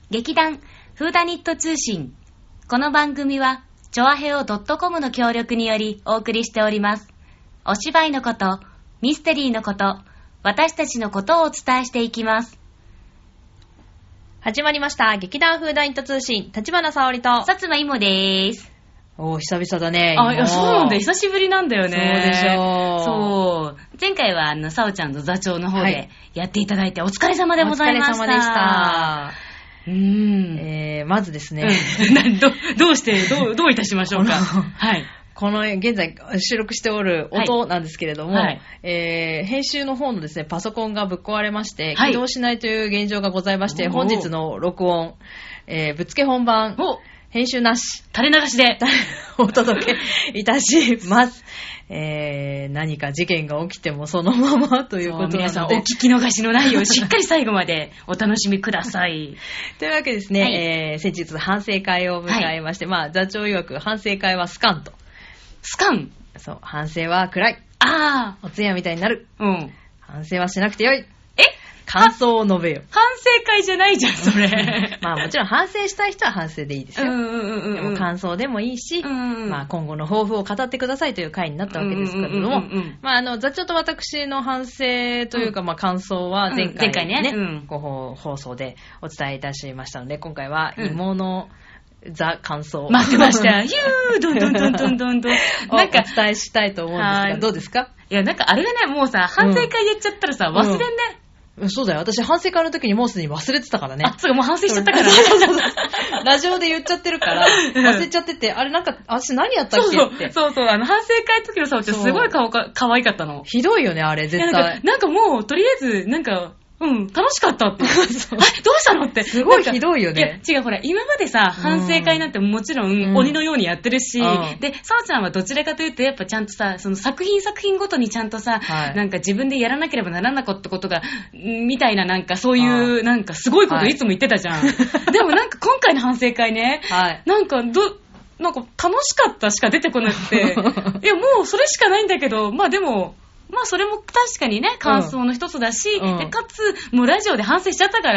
劇団フーダニット通信。この番組はチョアヘオ .com の協力によりお送りしております。お芝居のこと、ミステリーのこと、私たちのことをお伝えしていきます。 始まりました。劇団フーダニット通信、立花沙織と薩摩いもでーす。 おー、久々だね。 あ、いや、そうなんだ。久しぶりなんだよね。 そうでしょう。 そう。前回はさおちゃんと座長の方でやっていただいて、お疲れ様でございました。 お疲れ様でした。まずですね。 どうして、どういたしましょうか。はい。 この現在収録しておる音なんですけれども、はい、編集の方のですね、パソコンがぶっ壊れまして、起動しないという現状がございまして、本日の録音、ぶっつけ本番、編集なし、 垂れ流しでお届けいたします。何か事件が起きてもそのままということなので、 皆さんお聞き逃しのないようしっかり最後までお楽しみください。 というわけですね、はい、先日反省会を迎えまして、はい、座長曰く反省会はスカンと。 スカン？ そう、反省は暗い。 ああ。 お通夜みたいになる。 うん。 反省はしなくてよい。感想を述べよ。 反省会じゃないじゃん、それ。 まあもちろん反省したい人は反省でいいですよ。でも感想でもいいし、まあ今後の抱負を語ってくださいという回になったわけですけれども、まあ座長と私の反省というか、まあ感想は前回ね、放送でお伝えいたしましたので、今回は芋のザ感想。 待ってました。ヒューどんどんどんどんどんどん。 なんかお伝えしたいと思うんですが、どうですか？ いや、なんかあれがね、もうさ、反省会やっちゃったらさ、忘れんね。 そうだよ。私反省会の時にもうすでに忘れてたからね。 あ、そうか、もう反省しちゃったから。 ラジオで言っちゃってるから、忘れちゃってて、あれなんか、私何やったっけって。 そう、反省会の時のさおってすごい可愛かったの。 ひどいよね、あれ、絶対。 なんかもう、とりあえず、なんか、楽しかったって。どうしたのって。 すごいひどいよね。 いや、違う、ほら、今までさ、反省会なんてもちろん鬼のようにやってるし、で、さおちゃんはどちらかというと、やっぱちゃんとさ、その作品ごとにちゃんとさ、なんか自分でやらなければならなかったことが、みたいななんかそういう、なんかすごいこといつも言ってたじゃん。でもなんか今回の反省会ね、なんか楽しかったしか出てこなくて、いや、もうそれしかないんだけど、まあでも、まあそれも確かにね、感想の一つだし、でかつ、もうラジオで反省しちゃったから、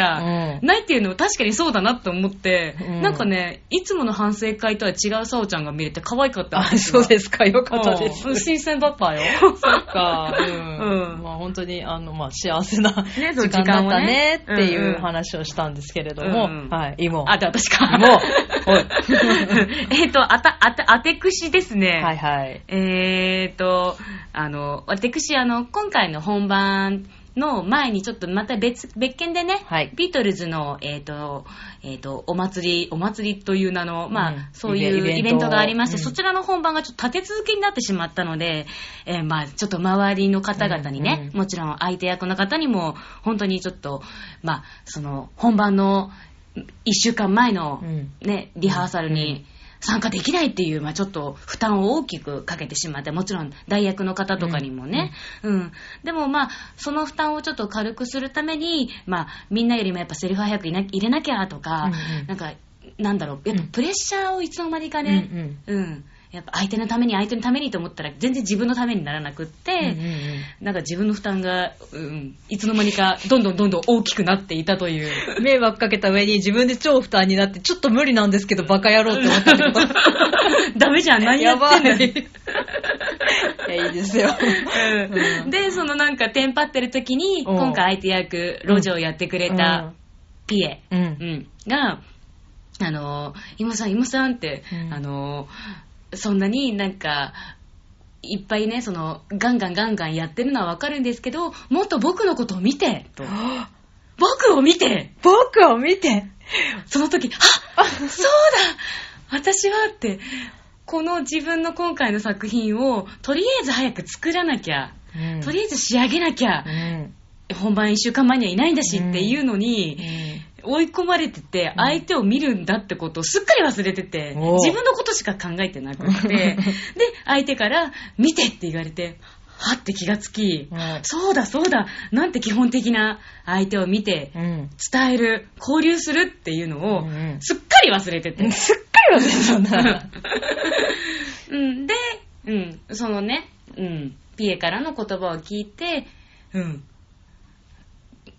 ないっていうのも確かにそうだなって思って、なんかね、いつもの反省会とは違うさおちゃんが見れて可愛かったんですよ。 そうですか、よかったです。 新鮮だったよ。 そっか、まあ本当に、まあ幸せな時間だったねっていう話をしたんですけれども、はい、芋。 あ、で、私か。 芋。 あてくしですね。 はいはい。 私、今回の本番の前にちょっとまた別件でね、ビートルズの、お祭りという名の、まあ、そういうイベントがありまして、そちらの本番がちょっと立て続けになってしまったので、まあ、ちょっと周りの方々にね、もちろん相手役の方にも、本当にちょっと、まあ、その、本番の1週間前のね、リハーサルに、参加できないっていう、まあちょっと負担を大きくかけてしまって、もちろん代役の方とかにもね、でもまあその負担をちょっと軽くするために、まあみんなよりもやっぱセリフ早く入れなきゃとか、なんかなんだろう、やっぱプレッシャーをいつの間にかね、やっぱ相手のためにと思ったら全然自分のためにならなくって、なんか自分の負担が、いつの間にかどんどん大きくなっていたという。 迷惑かけた上に自分で超負担になって、ちょっと無理なんですけどバカ野郎って思ったってこと。 ダメじゃん、何やってんだよ。いや、いいですよ。 で、そのなんかテンパってる時に、今回相手役、路上やってくれたピエが、イモさんって、そんなになんかいっぱいね、そのガンガンやってるのはわかるんですけど、もっと僕のことを見てと。僕を見てその時、そうだ私はって、この自分の今回の作品をとりあえず早く作らなきゃ、とりあえず仕上げなきゃ、本番1週間前にはいないんだしっていうのに、追い込まれてて、相手を見るんだってことをすっかり忘れてて、自分のことしか考えてなくて、で、相手から見てって言われて、はって気がつき、そうだなんて基本的な相手を見て、伝える、交流するっていうのを、すっかり忘れてて。 すっかり忘れてたんだ。 で、そのね、ピエからの言葉を聞いて、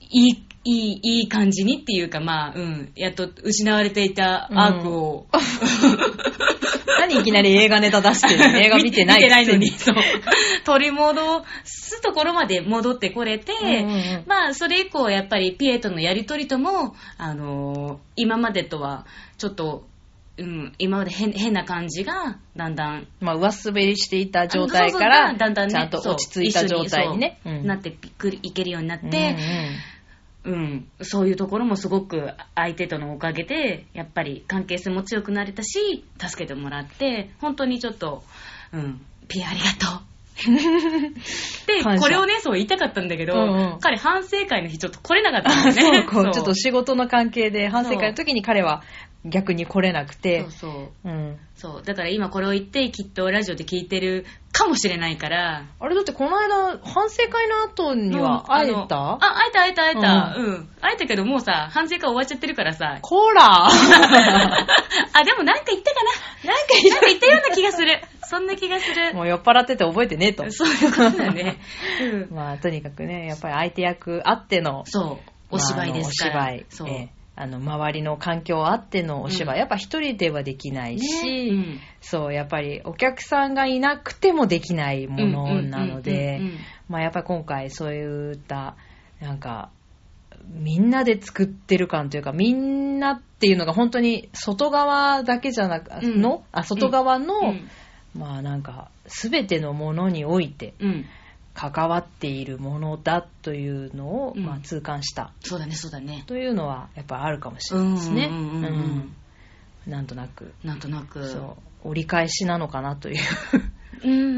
いい感じにっていうか、まあ、やっと失われていたアークを、 何いきなり映画ネタ出してるの？映画見てない見てないのに、そう。取り戻すところまで戻ってこれて、まあ、それ以降、やっぱりピエとのやりとりとも、今までとは、ちょっと、今まで変な感じが、だんだん。 まあ、上滑りしていた状態から、だんだんね、ちゃんと落ち着いた状態にね、 なっていけるようになって、そういうところもすごく相手とのおかげでやっぱり関係性も強くなれたし、助けてもらって本当にちょっと、ピエありがとうで、これをね、そう言いたかったんだけど、彼反省会の日ちょっと来れなかったんだよね。 そうちょっと仕事の関係で反省会の時に彼は逆に来れなくて、 そうだから今これを言ってきっとラジオで聞いてるかもしれないから。 あれだってこの間反省会の後には会えた？ 会えた。会えたけどもうさ、反省会終わっちゃってるからさ。 こらでもなんか言ったかな。なんか言ったような気がする。そんな気がする。 もう酔っ払ってて覚えてねえと。 そういうことだね。 まあとにかくね、やっぱり相手役あっての、 お芝居ですから。 お芝居。周りの環境あってのお芝居、やっぱ一人ではできないし、そうやっぱりお客さんがいなくてもできないものなので、まあやっぱり今回そういったなんかみんなで作ってる感というか、みんなっていうのが本当に外側だけじゃなく外側の、まあなんか全てのものにおいて、関わっているものだというのを、まあ、痛感した。 そうだね。 というのはやっぱあるかもしれないですね。なんとなく。そう。折り返しなのかなという。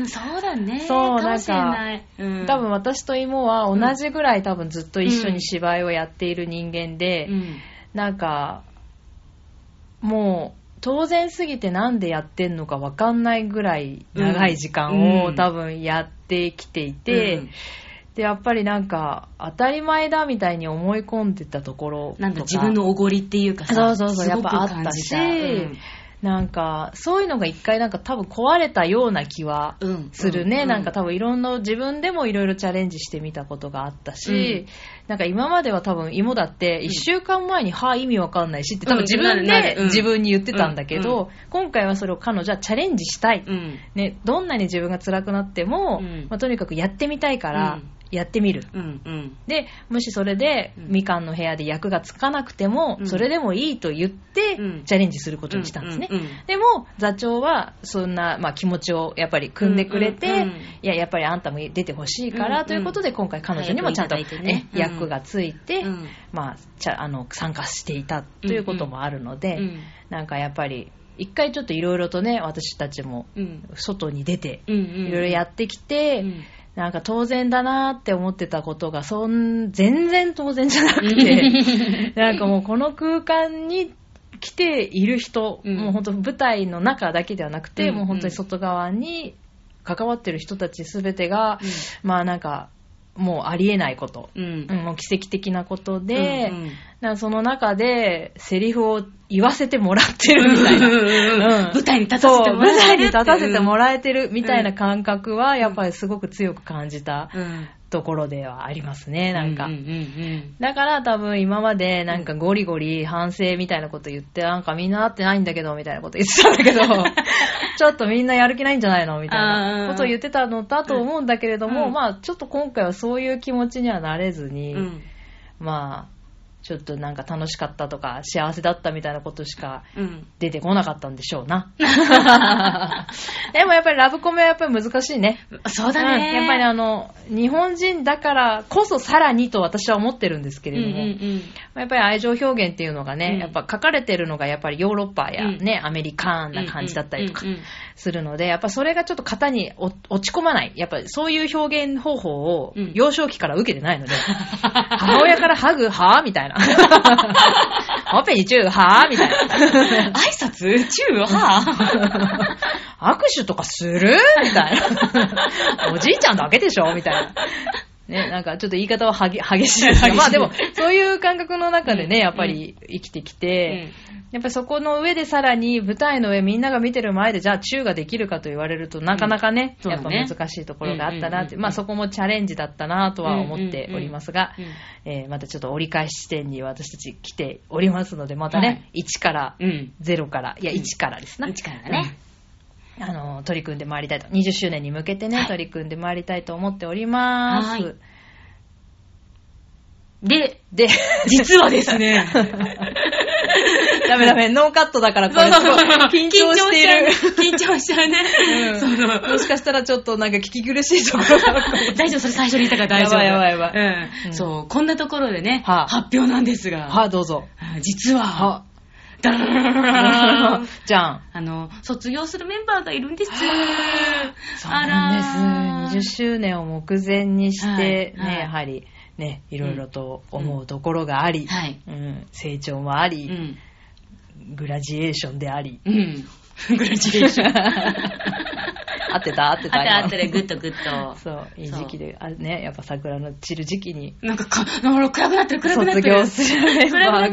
そうだね。 そう、 かもしれない。 多分私と妹は同じぐらい多分ずっと一緒に芝居をやっている人間で、なんか、もう、当然すぎてなんでやってんのか分かんないぐらい長い時間を多分やってきていて、でやっぱりなんか当たり前だみたいに思い込んでたところとか、 なんか自分のおごりっていうかさ、 そうやっぱあったし、なんかそういうのが一回なんか多分壊れたような気はするね。なんか多分いろんな自分でもいろいろチャレンジしてみたことがあったし、なんか今までは多分妹だって1週間前に意味わかんないしって多分自分で自分に言ってたんだけど、今回はそれを彼女はチャレンジしたい、ね、どんなに自分が辛くなっても、とにかくやってみたいからやってみる、でもしそれでみかんの部屋で役がつかなくても、それでもいいと言って、チャレンジすることにしたんですね、でも座長はそんな、気持ちをやっぱり組んでくれて、やっぱりあんたも出てほしいから、ということで今回彼女にもちゃんと、役がついて、参加していたということもあるので、なんかやっぱり一回ちょっといろいろとね、私たちも外に出ていろいろやってきて、なんか当然だなって思ってたことが全然当然じゃなくてなんかもうこの空間に来ている人、もう本当舞台の中だけではなくて、もう本当に外側に関わってる人たち全てが、まあなんかもうありえないこと、もう奇跡的なことで、なんかその中でセリフを言わせてもらってるみたいな、 舞台に立たせてもらえてる、 舞台に立たせてもらえてるみたいな感覚はやっぱりすごく強く感じたところではありますね。なんか、だから多分今までなんかゴリゴリ反省みたいなこと言って、なんかみんな合ってないんだけどみたいなこと言ってたんだけどちょっとみんなやる気ないんじゃないのみたいなことを言ってたのだと思うんだけれども、まあちょっと今回はそういう気持ちにはなれずに、まあちょっとなんか楽しかったとか幸せだったみたいなことしか出てこなかったんでしょうな、でもやっぱりラブコメはやっぱり難しいね。 そうだね、 やっぱり日本人だからこそさらにと私は思ってるんですけれども、やっぱり愛情表現っていうのがね、やっぱ書かれてるのがやっぱりヨーロッパやね、アメリカンな感じだったりとかするので、やっぱそれがちょっと型に落ち込まない、やっぱりそういう表現方法を幼少期から受けてないので、母親からハグはぁみたいなオペにチューはぁみたいな挨拶チューはぁ握手とかするみたいなおじいちゃんだけでしょみたいなね、なんかちょっと言い方は激しいですが、まあでも、そういう感覚の中でね、やっぱり生きてきて、やっぱりそこの上でさらに舞台の上みんなが見てる前でじゃあチューができるかと言われるとなかなかね、やっぱ難しいところがあったなって、まあそこもチャレンジだったなとは思っておりますが、またちょっと折り返し地点に私たち来ておりますので、またね、1から0から、いや1からですな。 1からね。 取り組んでまいりたいと。20周年に向けてね、取り組んでまいりたいと思っております。はい、 で、実はですね、 ダメ、ノーカットだからこれすごい緊張している。 緊張しちゃうね。 もしかしたらちょっとなんか聞き苦しいところがあるかもしれない。 大丈夫、それ最初に言ったから大丈夫。 やばい。 そう、こんなところでね、発表なんですが。 どうぞ。 実は、 じゃん。 卒業するメンバーがいるんです。 そうなんです。20周年を目前にして、ね、やはり、ね、いろいろと思うところがあり、成長もあり、グラジエーションであり。 グラジエーション。 合ってた。 合ってる、グッと。 そう、いい時期で、ね、やっぱ桜の散る時期に。 なんか暗くなってる。 卒業するメンバー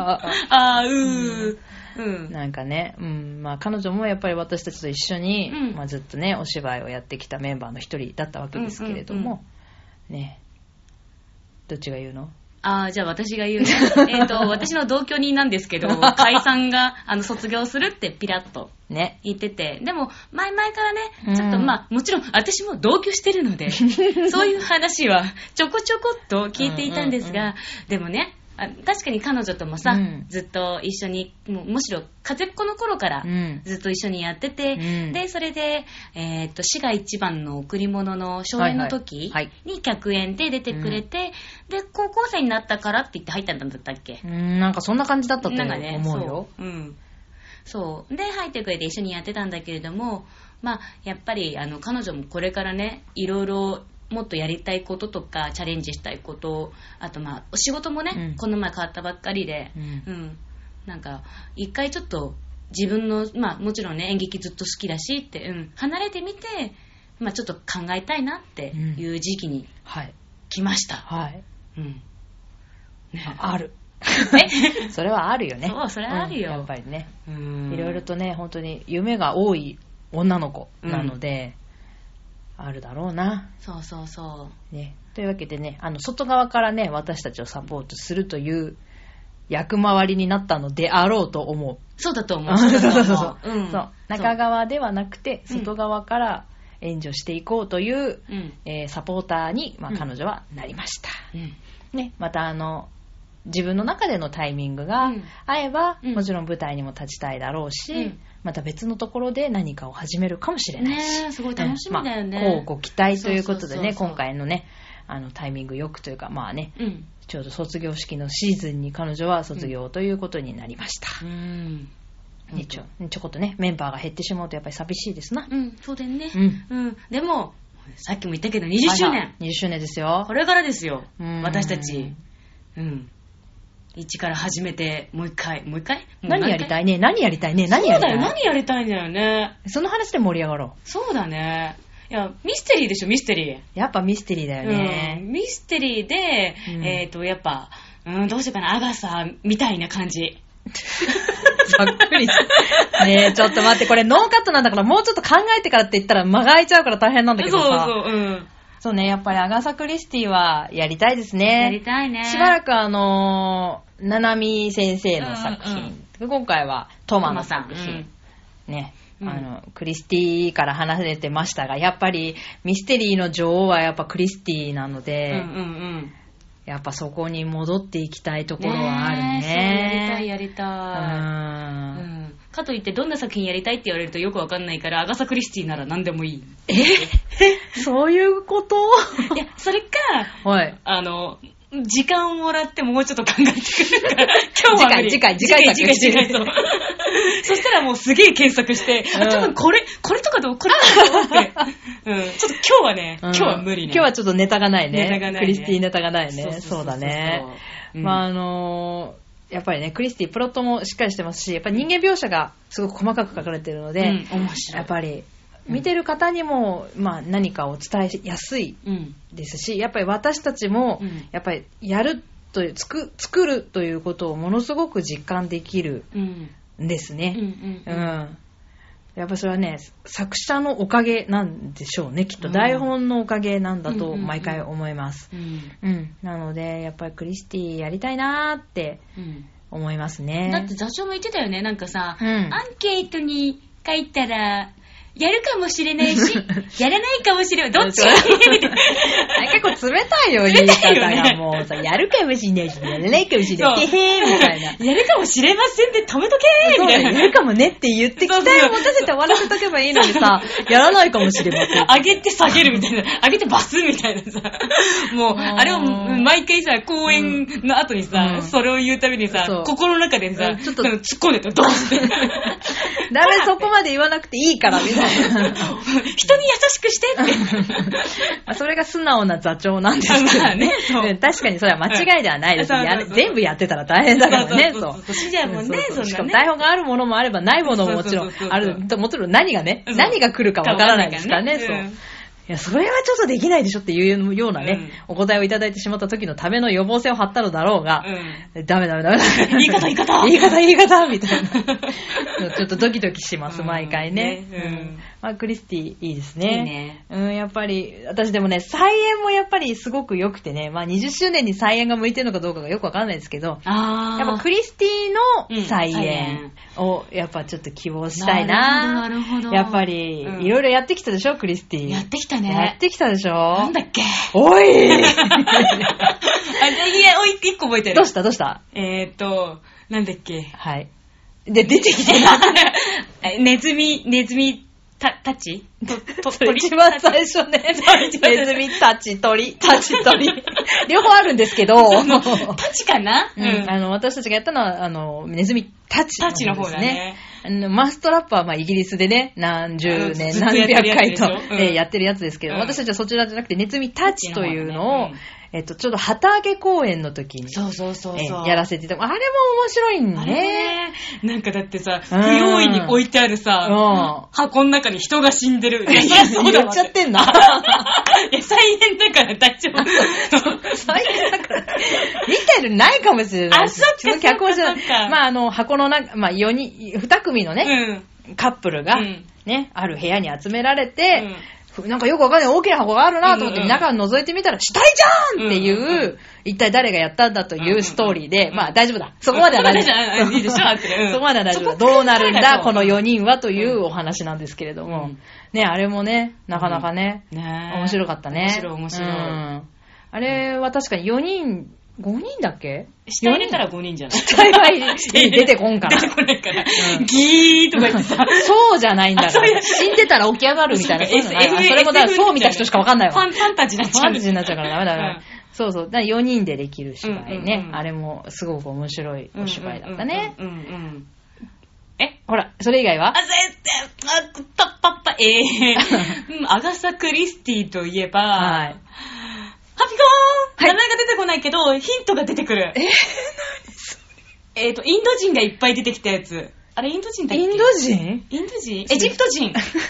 が。 なんかね、まあ彼女もやっぱり私たちと一緒に、まあずっとね、お芝居をやってきたメンバーの一人だったわけですけれども、ね、どっちが言うの？ じゃあ私が言うね。私の同居人なんですけど、解散が、卒業するってピラッと言ってて、でも、前々からね、ちょっとまあ、もちろん私も同居してるので、そういう話はちょこちょこっと聞いていたんですが、でもね、確かに彼女ともさ、ずっと一緒に、むしろ風っ子の頃からずっと一緒にやってて、で、それで、滋賀一番の贈り物の初演の時に客演で出てくれて、で、高校生になったからって言って入ったんだったっけ？ なんかそんな感じだったと思うよ。 そう。で、入ってくれて一緒にやってたんだけれども、まあ、やっぱり、彼女もこれからね、いろいろ、もっとやりたいこととかチャレンジしたいこと、あとまあお仕事もね、この前変わったばっかりで、なんか一回ちょっと自分のまあもちろんね演劇ずっと好きだしって、離れてみて、まあちょっと考えたいなっていう時期に来ました。 ある。それはあるよね。 そう、それはあるよ。 やっぱりね。いろいろとね本当に夢が多い女の子なので。あるだろうな。 そう。 ね。というわけでね、外側からね、私たちをサポートするという役回りになったのであろうと思う。 そうだと思う。 そう。中側ではなくて、外側から援助していこうという、サポーターに、まあ、彼女はなりました。ね。また自分の中でのタイミングが合えば、もちろん舞台にも立ちたいだろうし、また別のところで何かを始めるかもしれないし、 ね、すごい楽しみだよね。 こうご期待ということでね、今回のねタイミングよくというかまあね、ちょうど卒業式のシーズンに彼女は卒業ということになりました。ちょこっとねメンバーが減ってしまうとやっぱり寂しいですな。 そうだよね。でもさっきも言ったけど20周年。 20周年ですよ。 これからですよ。私たち。一から始めて、もう一回何やりたいね。 そうだよ、何やりたいんだよね。 その話で盛り上がろう。 そうだね。いや、ミステリーでしょ、ミステリー。 やっぱミステリーだよね。 ミステリーで、やっぱ、どうしようかな、アガサみたいな感じ。 ざっくり。ねえ、ちょっと待って、これノーカットなんだから、もうちょっと考えてからって言ったら間が空いちゃうから大変なんだけどさ。そうね、やっぱりアガサ・クリスティはやりたいですね。 やりたいね。 しばらくななみ先生の作品、今回はトマの作品、ね、クリスティから話れてましたが、やっぱりミステリーの女王はやっぱクリスティなので、やっぱそこに戻っていきたいところはあるね。 そうやりたい。かといってどんな作品やりたいって言われるとよくわかんないから、アガサ・クリスティなら何でもいい。 そういうこと？ いや、それか、時間をもらってもうちょっと考えてくるから、今日は無理。次回そう。そしたらもうすげえ検索して、ちょっとこれとかどう？これとかどうって。ちょっと今日はね、今日は無理ね。 今日はちょっとネタがないね。クリスティネタがないね。そうだね。まあやっぱりね、クリスティプロットもしっかりしてますし、やっぱり人間描写がすごく細かく書かれているので、 面白い。 やっぱり見てる方にも、まあ、何かを伝えやすいですし、やっぱり私たちも、やっぱりやるという作るということをものすごく実感できるんですね。やっぱそれはね、作者のおかげなんでしょうね。きっと台本のおかげなんだと毎回思います。なのでやっぱりクリスティやりたいなーって思いますね。 だって座長も言ってたよね。なんかさ、アンケートに書いたらやるかもしれないし、やらないかもしれない。どっち結構冷たいよ、言い方がもうさ、やるかもしれないし、やらないかもしれない。へーみたいな。 やるかもしれませんで止めとけーみたいな。 やるかもねって言って期待を持たせて終わらせとけばいいのにさ、やらないかもしれません。 上げて下げるみたいな。上げてバスみたいなさ。もう、あれを毎回さ、公演の後にさ、それを言うたびにさ、心の中でさ、ちょっと突っ込んでたらどうしてダメ、そこまで言わなくていいから、みたいな。 人に優しくしてってそれが素直な座長なんですけどね。確かにそれは間違いではないです。全部やってたら大変だからね。 死んじゃうもんね。 しかも台本があるものもあればないものももちろんある。もちろん何が来るかわからないですからね。いや、それはちょっとできないでしょっていうようなね、お答えをいただいてしまった時のための予防線を張ったのだろうが、ダメ。 言い方みたいな。ちょっとドキドキします、毎回ね。まあ、クリスティいいですね。やっぱり、私でもね、再演もやっぱりすごく良くてね、まあ20周年に再演が向いてるのかどうかがよくわかんないですけど、やっぱクリスティの再演をやっぱちょっと希望したいな。 なるほど。 やっぱり、いろいろやってきたでしょ、クリスティ。 やってきたね。 やってきたでしょ。 なんだっけ。 おい一個覚えてる。 どうしたなんだっけ。 はい。で、出てきてな。 ネズミ、タチ一番最初ね。ネズミ、タチ、鳥。両方あるんですけど。 タチかな？ 私たちがやったのは、ネズミ、タチ。 タチの方だね。 マストラップはまあイギリスでね、何十年、何百回とやってるやつですけど、私たちはそちらじゃなくて、ネズミタチというのを、ちょうど旗揚げ公演の時にやらせていただいて、あれも面白いんね。 なんかだってさ、不用意に置いてあるさ、箱の中に人が死んでる。 言っちゃってんな。 いや、再演だから大丈夫。 再演だから。見てるないかもしれない。 そっか。 脚本じゃない。まあ、箱の中、まあ、2組のね、カップルが、ね、ある部屋に集められて、なんかよくわかんない大きな箱があるなと思って中を覗いてみたら死体じゃんっていう、一体誰がやったんだというストーリーで、まあ大丈夫だ。そこまでは大丈夫。 いいでしょそこまでは大丈夫だ。どうなるんだこの4人はというお話なんですけれども。ね、あれもね、なかなかね、面白かったね。 面白い。 あれは確かに4人、5人だっけ？ 下入れたら5人じゃない？ 下入れ出てこんから。 出てこないから。ギーとか言ってさ。 そうじゃないんだから。死んでたら起き上がるみたいな。それもだからそう見た人しかわかんないわ。 ファンタジーになっちゃう。 ファンタジーになっちゃうからダメだね。そう。だから4人でできる芝居ね。あれもすごく面白いお芝居だったね。ほら、それ以外は？ アガサ・クリスティといえば、ハピコーン、名前が出てこないけど、ヒントが出てくる。 何それ？ インド人がいっぱい出てきたやつ。あれ、インド人だっけ？ インド人？ エジプト人。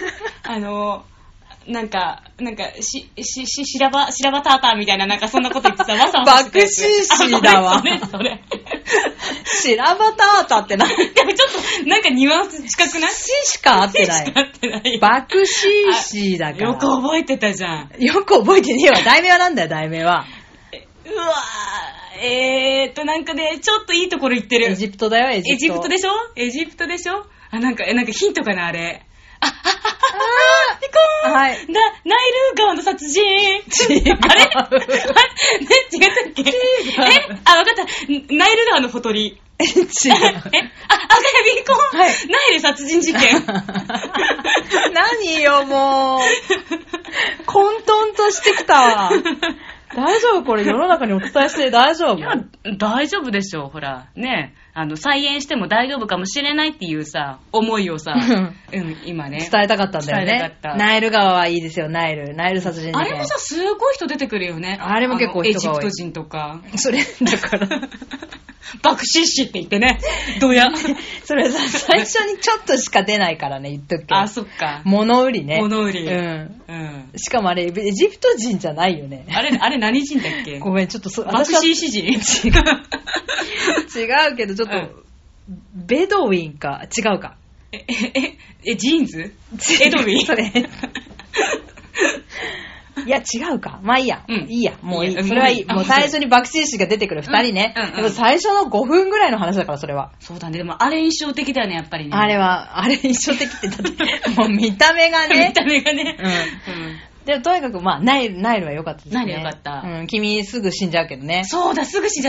なんか、しらばターターみたいな、なんかそんなこと言ってさ、わさわさしてたやつ。爆死死だわ。 それ。 しらばターターって何？ でもちょっと、なんかニュアンス近くない？ 死しか合ってない。爆死死だから。 よく覚えてたじゃん。 よく覚えてねえわ。題名はなんだよ、題名は。 うわー、なんかね、ちょっといいところ言ってる。 エジプトだよ、エジプト。 エジプトでしょなんかヒントかな、あれ。ピコーン、 はい。 ナイル川の殺人。あれ違ったっけ？わかった。ナイル川のほとり。 違う。 ピコーン、ナイル殺人事件。 何よ、もう。混沌としてきたわ。大丈夫？これ世の中にお伝えして大丈夫？ いや、大丈夫でしょう。ほら、ね。再演しても大丈夫かもしれないっていうさ、思いをさ、今ね。 伝えたかったんだよね。ナイル川はいいですよ、ナイル殺人事件。 あれもさ、すごい人出てくるよね。 あれも結構人が多い。 エジプト人とか。 それ、だから。 爆死死って言ってね。どや。 それさ、最初にちょっとしか出ないからね、言っとくけど。 あ、そっか。 物売りね。 物売り。 うん。しかもあれ、エジプト人じゃないよね。 あれ何人だっけ？ ごめん、ちょっと爆死死人？ 違うけど、ちょっと、ベドウィンか、違うか。 ジーンズ？エドウィン？ それ。いや、違うか。まあいいや。いいや。もういい。それはいい。もう最初に爆心師が出てくる2人ね。でも最初の5分ぐらいの話だから、それは。 そうだね。でもあれ印象的だよね、やっぱりね。 あれ印象的って、だって、もう見た目がね。 見た目がね。 でもとにかく、まあ、ナイルは良かったですね。 ナイル良かった。 君すぐ死んじゃうけどね。 そうだ、すぐ死んじゃった。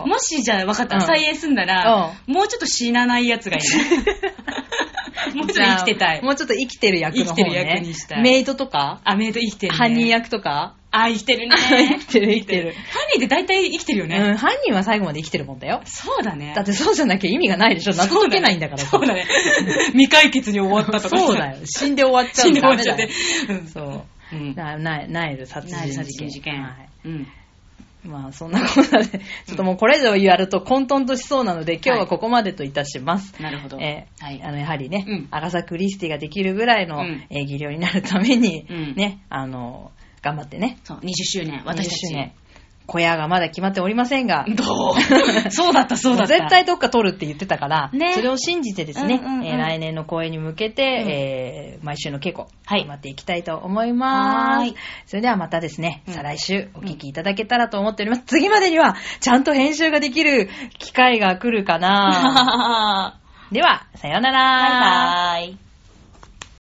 もしじゃあ分かった。再演すんだら、もうちょっと死なないやつがいいね。もうちょっと生きてたい。 もうちょっと生きてる役の方ね。 生きてる役にしたい。 メイドとか？ メイド生きてるね。 犯人役とか？ 生きてるね。 生きてる。 犯人って大体生きてるよね。 犯人は最後まで生きてるもんだよ。 そうだね。 だってそうじゃなきゃ意味がないでしょ。謎解けないんだから。 そうだね。未解決に終わったとか。 そうだよ。死んで終わっちゃうんだ。死んで終わっちゃって。そう。ナイル殺人事件。まあそんなことで、ちょっともうこれ以上やると混沌としそうなので、今日はここまでといたします。 なるほど。 やはりね、アガサクリスティができるぐらいの技量になるために、ね、頑張ってね。 そう、20周年、私たち。 小屋がまだ決まっておりませんが。 そうだった。 絶対どっか取るって言ってたから、それを信じてですね、来年の公演に向けて、毎週の稽古、頑張っていきたいと思います。それではまたですね、再来週お聞きいただけたらと思っております。次までには、ちゃんと編集ができる機会が来るかな。では、さようなら。 バイバイ。